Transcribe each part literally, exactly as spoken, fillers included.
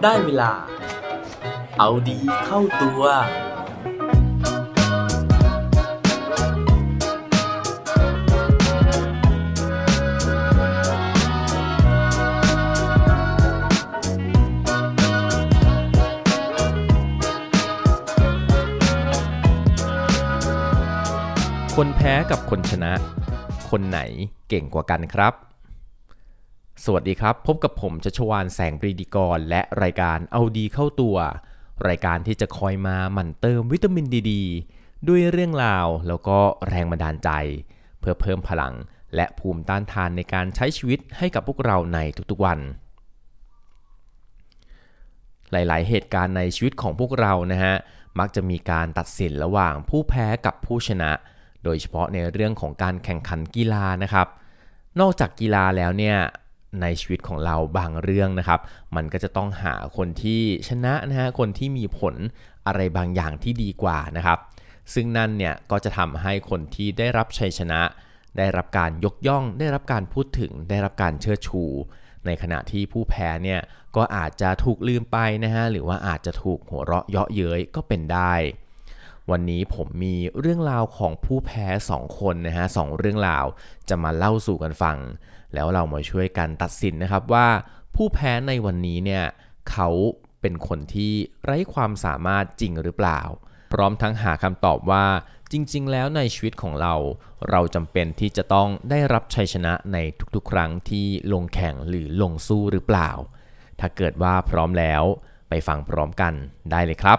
ได้เวลาเอาดีเข้าตัวคนแพ้กับคนชนะคนไหนเก่งกว่ากันครับสวัสดีครับพบกับผมชัชวาลแสงปรีดีกรและรายการเอาดีเข้าตัวรายการที่จะคอยมาหมั่นเติมวิตามินดีดีด้วยเรื่องราวแล้วก็แรงบันดาลใจเพื่อเพิ่มพลังและภูมิต้านทานในการใช้ชีวิตให้กับพวกเราในทุกๆวันหลายๆเหตุการณ์ในชีวิตของพวกเรานะฮะมักจะมีการตัดสินระหว่างผู้แพ้กับผู้ชนะโดยเฉพาะในเรื่องของการแข่งขันกีฬานะครับนอกจากกีฬาแล้วเนี่ยในชีวิตของเราบางเรื่องนะครับมันก็จะต้องหาคนที่ชนะนะฮะคนที่มีผลอะไรบางอย่างที่ดีกว่านะครับซึ่งนั่นเนี่ยก็จะทำให้คนที่ได้รับชัยชนะได้รับการยกย่องได้รับการพูดถึงได้รับการเชิดชูในขณะที่ผู้แพ้เนี่ยก็อาจจะถูกลืมไปนะฮะหรือว่าอาจจะถูกหัวเราะเยาะเย้ยก็เป็นได้วันนี้ผมมีเรื่องราวของผู้แพ้สองคนนะฮะสองเรื่องราวจะมาเล่าสู่กันฟังแล้วเรามาช่วยกันตัดสินนะครับว่าผู้แพ้ในวันนี้เนี่ยเขาเป็นคนที่ไร้ความสามารถจริงหรือเปล่าพร้อมทั้งหาคำตอบว่าจริงๆแล้วในชีวิตของเราเราจำเป็นที่จะต้องได้รับชัยชนะในทุกๆครั้งที่ลงแข่งหรือลงสู้หรือเปล่าถ้าเกิดว่าพร้อมแล้วไปฟังพร้อมกันได้เลยครับ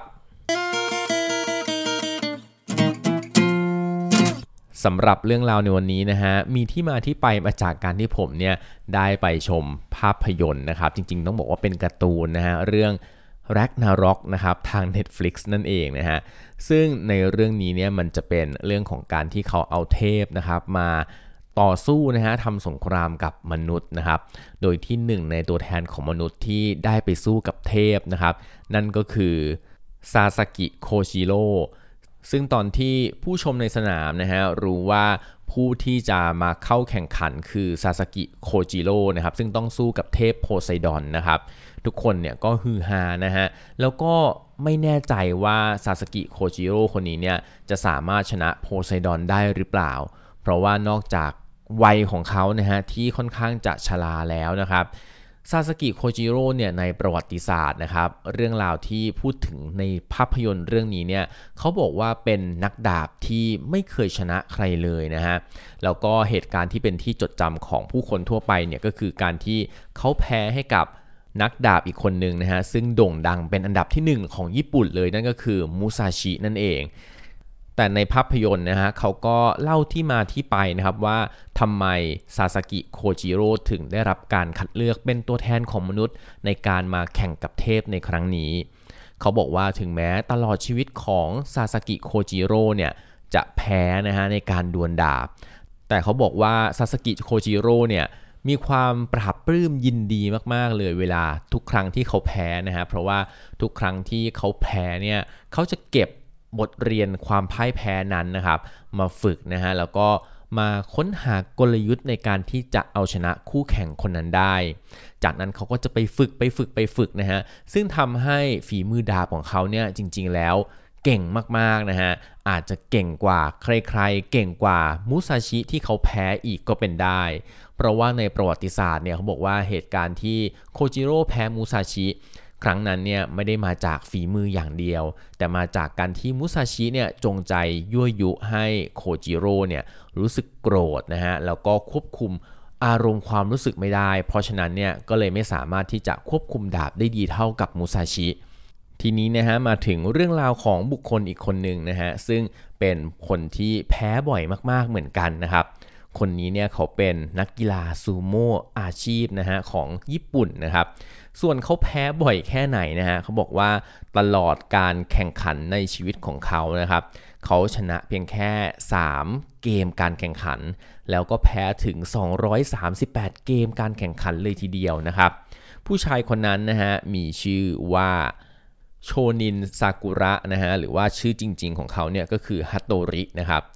สำหรับเรื่องราวในวันนี้นะฮะมีที่มาที่ไปมาจากการที่ผมเนี่ยได้ไปชมภาพยนตร์นะครับจริงๆต้องบอกว่าเป็นการ์ตูนนะฮะเรื่อง Ragnarok นะครับทาง Netflix นั่นเองนะฮะซึ่งในเรื่องนี้เนี่ยมันจะเป็นเรื่องของการที่เขาเอาเทพนะครับมาต่อสู้นะฮะทำสงครามกับมนุษย์นะครับโดยที่หนึ่งในตัวแทนของมนุษย์ที่ได้ไปสู้กับเทพนะครับนั่นก็คือซาซากิโคจิโร่ซึ่งตอนที่ผู้ชมในสนามนะฮะรู้ว่าผู้ที่จะมาเข้าแข่งขันคือซาซากิโคจิโร่นะครับซึ่งต้องสู้กับเทพโพไซดอนนะครับทุกคนเนี่ยก็ฮือฮานะฮะแล้วก็ไม่แน่ใจว่าซาซากิโคจิโร่คนนี้เนี่ยจะสามารถชนะโพไซดอนได้หรือเปล่าเพราะว่านอกจากวัยของเขานะฮะที่ค่อนข้างจะชราแล้วนะครับซาซากิโคจิโร่เนี่ยในประวัติศาสตร์นะครับเรื่องราวที่พูดถึงในภาพยนตร์เรื่องนี้เนี่ยเขาบอกว่าเป็นนักดาบที่ไม่เคยชนะใครเลยนะฮะแล้วก็เหตุการณ์ที่เป็นที่จดจำของผู้คนทั่วไปเนี่ยก็คือการที่เขาแพ้ให้กับนักดาบอีกคนหนึ่งนะฮะซึ่งโด่งดังเป็นอันดับที่หนึ่งของญี่ปุ่นเลยนั่นก็คือมุซาชินั่นเองแต่ในภาพยนตร์นะฮะเขาก็เล่าที่มาที่ไปนะครับว่าทำไมซาซากิโคจิโร่ถึงได้รับการคัดเลือกเป็นตัวแทนของมนุษย์ในการมาแข่งกับเทพในครั้งนี้เขาบอกว่าถึงแม้ตลอดชีวิตของซาซากิโคจิโร่เนี่ยจะแพ้นะฮะในการดวลดาบแต่เขาบอกว่าซาซากิโคจิโร่เนี่ยมีความปราบปลื้มยินดีมากๆเลยเวลาทุกครั้งที่เขาแพ้นะฮะเพราะว่าทุกครั้งที่เขาแพ้เนี่ยเขาจะเก็บบทเรียนความพ่ายแพ้นั้นนะครับมาฝึกนะฮะแล้วก็มาค้นหากลยุทธ์ในการที่จะเอาชนะคู่แข่งคนนั้นได้จากนั้นเขาก็จะไปฝึกไปฝึกไปฝึกนะฮะซึ่งทำให้ฝีมือดาบของเขาเนี่ยจริงๆแล้วเก่งมากๆนะฮะอาจจะเก่งกว่าใครๆเก่งกว่ามุซาชิที่เขาแพ้อีกก็เป็นได้เพราะว่าในประวัติศาสตร์เนี่ยเขาบอกว่าเหตุการณ์ที่โคจิโร่แพ้มุซาชิครั้งนั้นเนี่ยไม่ได้มาจากฝีมืออย่างเดียวแต่มาจากการที่มุซาชิเนี่ยจงใจยั่วยุให้โคจิโร่เนี่ยรู้สึกโกรธนะฮะแล้วก็ควบคุมอารมณ์ความรู้สึกไม่ได้เพราะฉะนั้นเนี่ยก็เลยไม่สามารถที่จะควบคุมดาบได้ดีเท่ากับมุซาชิทีนี้นะฮะมาถึงเรื่องราวของบุคคลอีกคนหนึ่งนะฮะซึ่งเป็นคนที่แพ้บ่อยมากๆเหมือนกันนะครับคนนี้เนี่ยเขาเป็นนักกีฬาซูโม่อาชีพนะฮะของญี่ปุ่นนะครับส่วนเขาแพ้บ่อยแค่ไหนนะฮะเขาบอกว่าตลอดการแข่งขันในชีวิตของเขานะครับเขาชนะเพียงแค่สามเกมการแข่งขันแล้วก็แพ้ถึงสองร้อยสามสิบแปดเกมการแข่งขันเลยทีเดียวนะครับผู้ชายคนนั้นนะฮะมีชื่อว่าโชนินซากุระนะฮะหรือว่าชื่อจริงๆของเขาเนี่ยก็คือฮัตโตรินะครับ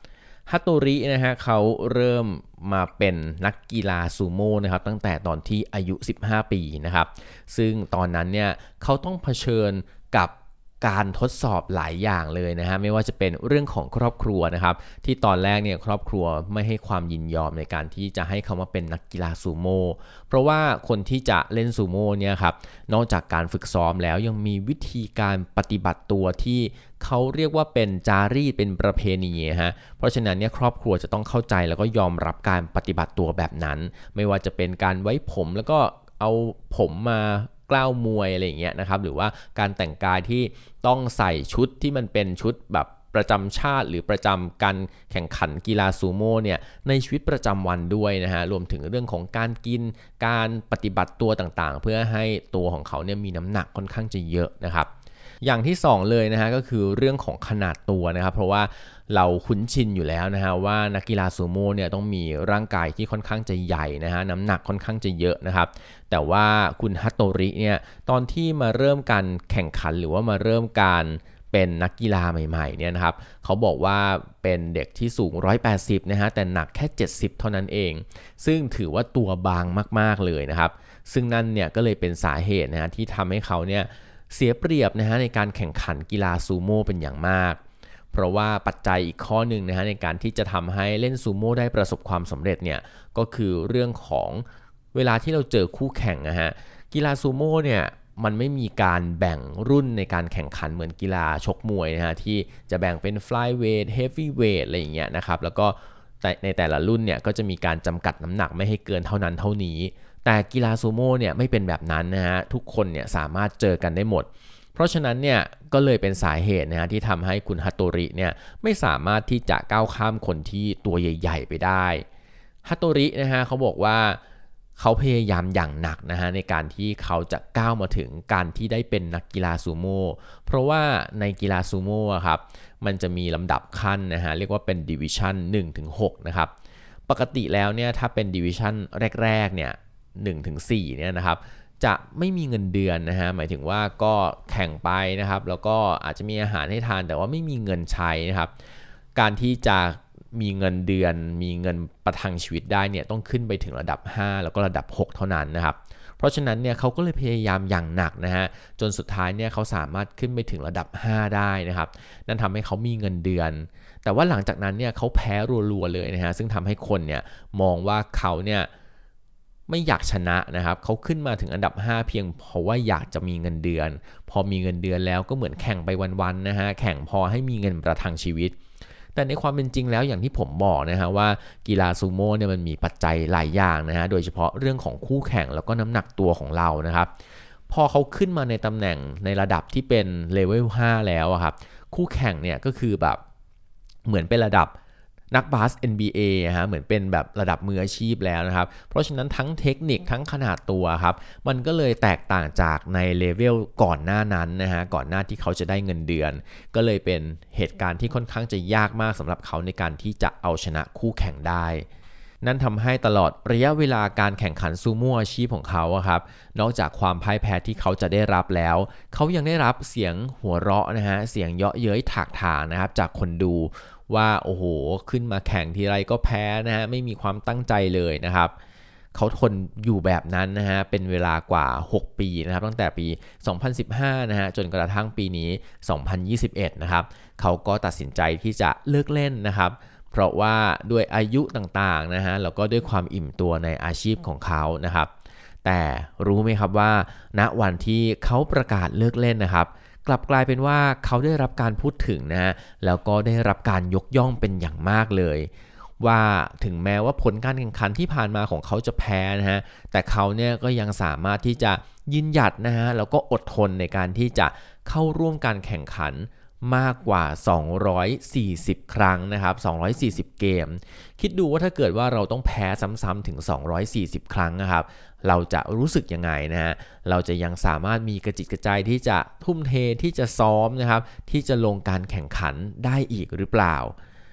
ฮัตโตรินะฮะเขาเริ่มมาเป็นนักกีฬาซูโม่นะครับตั้งแต่ตอนที่อายุสิบห้าปีนะครับซึ่งตอนนั้นเนี่ยเขาต้องเผชิญกับการทดสอบหลายอย่างเลยนะฮะไม่ว่าจะเป็นเรื่องของครอบครัวนะครับที่ตอนแรกเนี่ยครอบครัวไม่ให้ความยินยอมในการที่จะให้เขามาเป็นนักกีฬาซูโม่เพราะว่าคนที่จะเล่นซูโม่เนี่ยครับนอกจากการฝึกซ้อมแล้วยังมีวิธีการปฏิบัติตัวที่เขาเรียกว่าเป็นจารีตเป็นประเพณีฮะเพราะฉะนั้นเนี่ยครอบครัวจะต้องเข้าใจแล้วก็ยอมรับการปฏิบัติตัวแบบนั้นไม่ว่าจะเป็นการไว้ผมแล้วก็เอาผมมากล้าวมวยอะไรอย่างเงี้ยนะครับหรือว่าการแต่งกายที่ต้องใส่ชุดที่มันเป็นชุดแบบประจำชาติหรือประจำการแข่งขันกีฬาซูโม่เนี่ยในชีวิตประจำวันด้วยนะฮะรวมถึงเรื่องของการกินการปฏิบัติตัวต่างๆเพื่อให้ตัวของเขาเนี่ยมีน้ำหนักค่อนข้างจะเยอะนะครับอย่างที่สองเลยนะฮะก็คือเรื่องของขนาดตัวนะครับเพราะว่าเราคุ้นชินอยู่แล้วนะฮะว่านักกีฬาซูโม่เนี่ยต้องมีร่างกายที่ค่อนข้างจะใหญ่นะฮะน้ำหนักค่อนข้างจะเยอะนะครับแต่ว่าคุณฮัตโตริเนี่ยตอนที่มาเริ่มการแข่งขันหรือว่ามาเริ่มการเป็นนักกีฬาใหม่ๆเนี่ยนะครับเขาบอกว่าเป็นเด็กที่สูงหนึ่งร้อยแปดสิบนะฮะแต่หนักแค่เจ็ดสิบเท่านั้นเองซึ่งถือว่าตัวบางมากๆเลยนะครับซึ่งนั่นเนี่ยก็เลยเป็นสาเหตุนะฮะที่ทำให้เขาเนี่ยเสียเปรียบนะฮะในการแข่งขันกีฬาซูโม่เป็นอย่างมากเพราะว่าปัจจัยอีกข้อหนึ่งนะฮะในการที่จะทำให้เล่นซูโม่ได้ประสบความสำเร็จเนี่ยก็คือเรื่องของเวลาที่เราเจอคู่แข่งนะฮะกีฬาซูโม่เนี่ยมันไม่มีการแบ่งรุ่นในการแข่งขันเหมือนกีฬาชกมวยนะฮะที่จะแบ่งเป็น flyweight heavyweight อะไรอย่างเงี้ยนะครับแล้วก็ในแต่ละรุ่นเนี่ยก็จะมีการจำกัดน้ำหนักไม่ให้เกินเท่านั้นเท่านี้แต่กีฬาซูโม่เนี่ยไม่เป็นแบบนั้นนะฮะทุกคนเนี่ยสามารถเจอกันได้หมดเพราะฉะนั้นเนี่ยก็เลยเป็นสาเหตุนะฮะที่ทำให้คุณฮัตโตริเนี่ยไม่สามารถที่จะก้าวข้ามคนที่ตัวใหญ่ๆไปได้ฮัตโตรินะฮะเขาบอกว่าเขาพยายามอย่างหนักนะฮะในการที่เขาจะก้าวมาถึงการที่ได้เป็นนักกีฬาซูโม่เพราะว่าในกีฬาซูโม่ครับมันจะมีลำดับขั้นนะฮะเรียกว่าเป็นดิวิชั่น หนึ่งถึงหก นะครับปกติแล้วเนี่ยถ้าเป็นดิวิชั่นแรกๆเนี่ย หนึ่งถึงสี่ เนี่ยนะครับจะไม่มีเงินเดือนนะฮะหมายถึงว่าก็แข่งไปนะครับแล้วก็อาจจะมีอาหารให้ทานแต่ว่าไม่มีเงินใช้นะครับการที่จะมีเงินเดือนมีเงินประทังชีวิตได้เนี่ยต้องขึ้นไปถึงระดับห้าแล้วก็ระดับหกเท่านั้นนะครับเพราะฉะนั้นเนี่ยเขาก็เลยพยายามอย่างหนักนะฮะจนสุดท้ายเนี่ยเขาสามารถขึ้นไปถึงระดับห้าได้นะครับนั่นทำให้เขามีเงินเดือนแต่ว่าหลังจากนั้นเนี่ยเขาแพ้รัวๆเลยนะฮะซึ่งทำให้คนเนี่ยมองว่าเขาเนี่ยไม่อยากชนะนะครับเขาขึ้นมาถึงอันดับห้าเพียงเพราะว่าอยากจะมีเงินเดือนพอมีเงินเดือนแล้วก็เหมือนแข่งไปวันๆนะฮะแข่งพอให้มีเงินประทังชีวิตแต่ในความเป็นจริงแล้วอย่างที่ผมบอกนะฮะว่ากีฬาซูโม่เนี่ยมันมีปัจจัยหลายอย่างนะฮะโดยเฉพาะเรื่องของคู่แข่งแล้วก็น้ำหนักตัวของเรานะครับพอเขาขึ้นมาในตำแหน่งในระดับที่เป็นเลเวลห้าแล้วครับคู่แข่งเนี่ยก็คือแบบเหมือนเป็นระดับนักบาส เอ็น บี เอ ฮะเหมือนเป็นแบบระดับมืออาชีพแล้วนะครับเพราะฉะนั้นทั้งเทคนิคทั้งขนาดตัวครับมันก็เลยแตกต่างจากในเลเวลก่อนหน้านั้นนะฮะก่อนหน้าที่เขาจะได้เงินเดือนก็เลยเป็นเหตุการณ์ที่ค่อนข้างจะยากมากสำหรับเขาในการที่จะเอาชนะคู่แข่งได้นั่นทำให้ตลอดระยะเวลาการแข่งขันซูโม่อาชีพของเขาครับนอกจากความพ่ายแพ้ที่เขาจะได้รับแล้วเขายังได้รับเสียงหัวเราะนะฮะเสียงเยาะเย้ยถากถางนะครับจากคนดูว่าโอ้โหขึ้นมาแข่งทีไรก็แพ้นะฮะไม่มีความตั้งใจเลยนะครับเขาทนอยู่แบบนั้นนะฮะเป็นเวลากว่าหกปีนะครับตั้งแต่ปีสองพันสิบห้านะฮะจนกระทั่งปีนี้สองพันยี่สิบเอ็ดนะครับเขาก็ตัดสินใจที่จะเลิกเล่นนะครับเพราะว่าด้วยอายุต่างๆนะฮะแล้วก็ด้วยความอิ่มตัวในอาชีพของเขานะครับแต่รู้ไหมครับว่าณวันที่เขาประกาศเลิกเล่นนะครับกลับกลายเป็นว่าเขาได้รับการพูดถึงนะฮะแล้วก็ได้รับการยกย่องเป็นอย่างมากเลยว่าถึงแม้ว่าผลการแข่งขันที่ผ่านมาของเขาจะแพ้นะฮะแต่เขาเนี่ยก็ยังสามารถที่จะยืนหยัดนะฮะแล้วก็อดทนในการที่จะเข้าร่วมการแข่งขันมากกว่าสองร้อยสี่สิบครั้งนะครับสองร้อยสี่สิบเกมคิดดูว่าถ้าเกิดว่าเราต้องแพ้ซ้ำๆถึงสองร้อยสี่สิบครั้งนะครับเราจะรู้สึกยังไงนะฮะเราจะยังสามารถมีกระจิตกระใจที่จะทุ่มเทที่จะซ้อมนะครับที่จะลงการแข่งขันได้อีกหรือเปล่า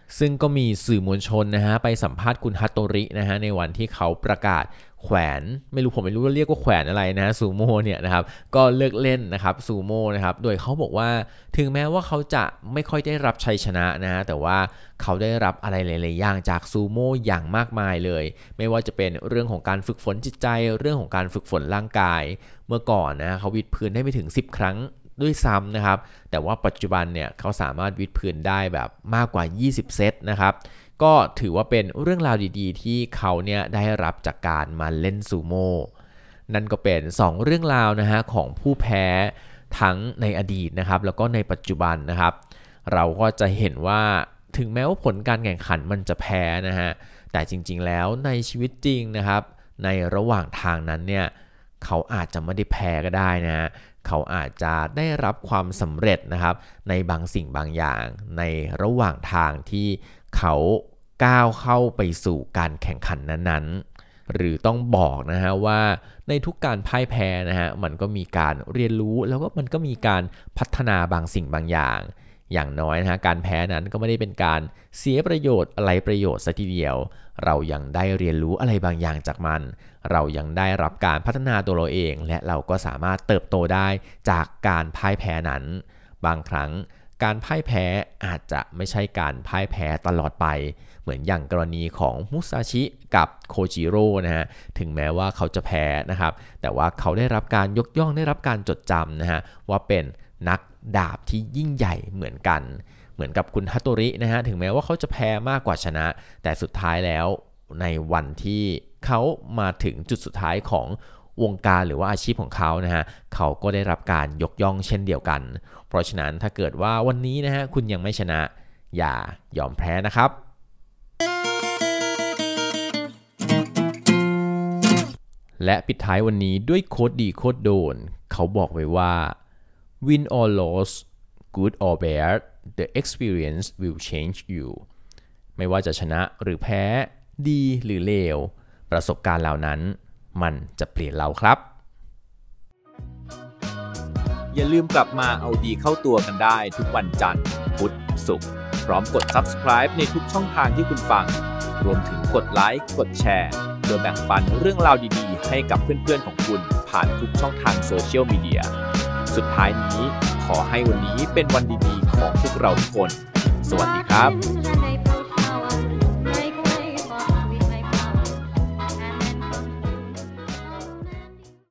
ซึ่งก็มีสื่อมวลชนนะฮะไปสัมภาษณ์คุณฮัตโตรินะฮะในวันที่เขาประกาศแขวนไม่รู้ผมไม่รู้ว่าเรียกว่าแขวนอะไรนะซูโม่เนี่ยนะครับก็เลิกเล่นนะครับซูโม่นะครับโดยเขาบอกว่าถึงแม้ว่าเขาจะไม่ค่อยได้รับชัยชนะนะฮะแต่ว่าเขาได้รับอะไรหลายๆอย่างจากซูโม่อย่างมากมายเลยไม่ว่าจะเป็นเรื่องของการฝึกฝนจิตใจเรื่องของการฝึกฝนร่างกายเมื่อก่อนนะเขาวิดพื้นได้ไม่ถึงสิบครั้งด้วยซ้ำนะครับแต่ว่าปัจจุบันเนี่ยเขาสามารถวิดพื้นได้แบบมากกว่ายี่สิบเซตนะครับก็ถือว่าเป็นเรื่องราวดีๆที่เขาเนี่ยได้รับจากการมาเล่นซูโม่นั่นก็เป็นสองเรื่องราวนะฮะของผู้แพ้ทั้งในอดีตนะครับแล้วก็ในปัจจุบันนะครับเราก็จะเห็นว่าถึงแม้ว่าผลการแข่งขันมันจะแพ้นะฮะแต่จริงๆแล้วในชีวิตจริงนะครับในระหว่างทางนั้นเนี่ยเขาอาจจะไม่ได้แพ้ก็ได้นะฮะเขาอาจจะได้รับความสำเร็จนะครับในบางสิ่งบางอย่างในระหว่างทางที่เขาก้าวเข้าไปสู่การแข่งขันนั้นๆหรือต้องบอกนะฮะว่าในทุกการพ่ายแพ้นะฮะมันก็มีการเรียนรู้แล้วก็มันก็มีการพัฒนาบางสิ่งบางอย่างอย่างน้อยนะฮะการแพ้นั้นก็ไม่ได้เป็นการเสียประโยชน์อะไรประโยชน์ซะทีเดียวเรายังได้เรียนรู้อะไรบางอย่างจากมันเรายังได้รับการพัฒนาตัวเราเองและเราก็สามารถเติบโตได้จากการพ่ายแพ้นั้นบางครั้งการพ่ายแพ้อาจจะไม่ใช่การพ่ายแพ้ตลอดไปเหมือนอย่างกรณีของมุซาชิกับโคจิโร่นะฮะถึงแม้ว่าเขาจะแพ้นะครับแต่ว่าเขาได้รับการยกย่องได้รับการจดจำนะฮะว่าเป็นนักดาบที่ยิ่งใหญ่เหมือนกันเหมือนกับคุณฮัตโตรินะฮะถึงแม้ว่าเขาจะแพ้มากกว่าชนะแต่สุดท้ายแล้วในวันที่เขามาถึงจุดสุดท้ายของวงการหรือว่าอาชีพของเขานะฮะเขาก็ได้รับการยกย่องเช่นเดียวกันเพราะฉะนั้นถ้าเกิดว่าวันนี้นะฮะคุณยังไม่ชนะอย่ายอมแพ้นะครับและปิดท้ายวันนี้ด้วยโค้ดดีโค้ดโดนเขาบอกไว้ว่า win or lose good or bad the experience will change you ไม่ว่าจะชนะหรือแพ้ดีหรือเลวประสบการณ์เหล่านั้นมันจะเปลี่ยนเราครับอย่าลืมกลับมาเอาดีเข้าตัวกันได้ทุกวันจันทร์พุธศุกร์พร้อมกด ซับสไครบ์ ในทุกช่องทางที่คุณฟังรวมถึงกดไลค์กดแชร์โดยแบ่งปันเรื่องราวดีๆให้กับเพื่อนๆของคุณผ่านทุกช่องทางโซเชียลมีเดียสุดท้ายนี้ขอให้วันนี้เป็นวันดีๆของพวกเราทุกคนสวัสดีครับ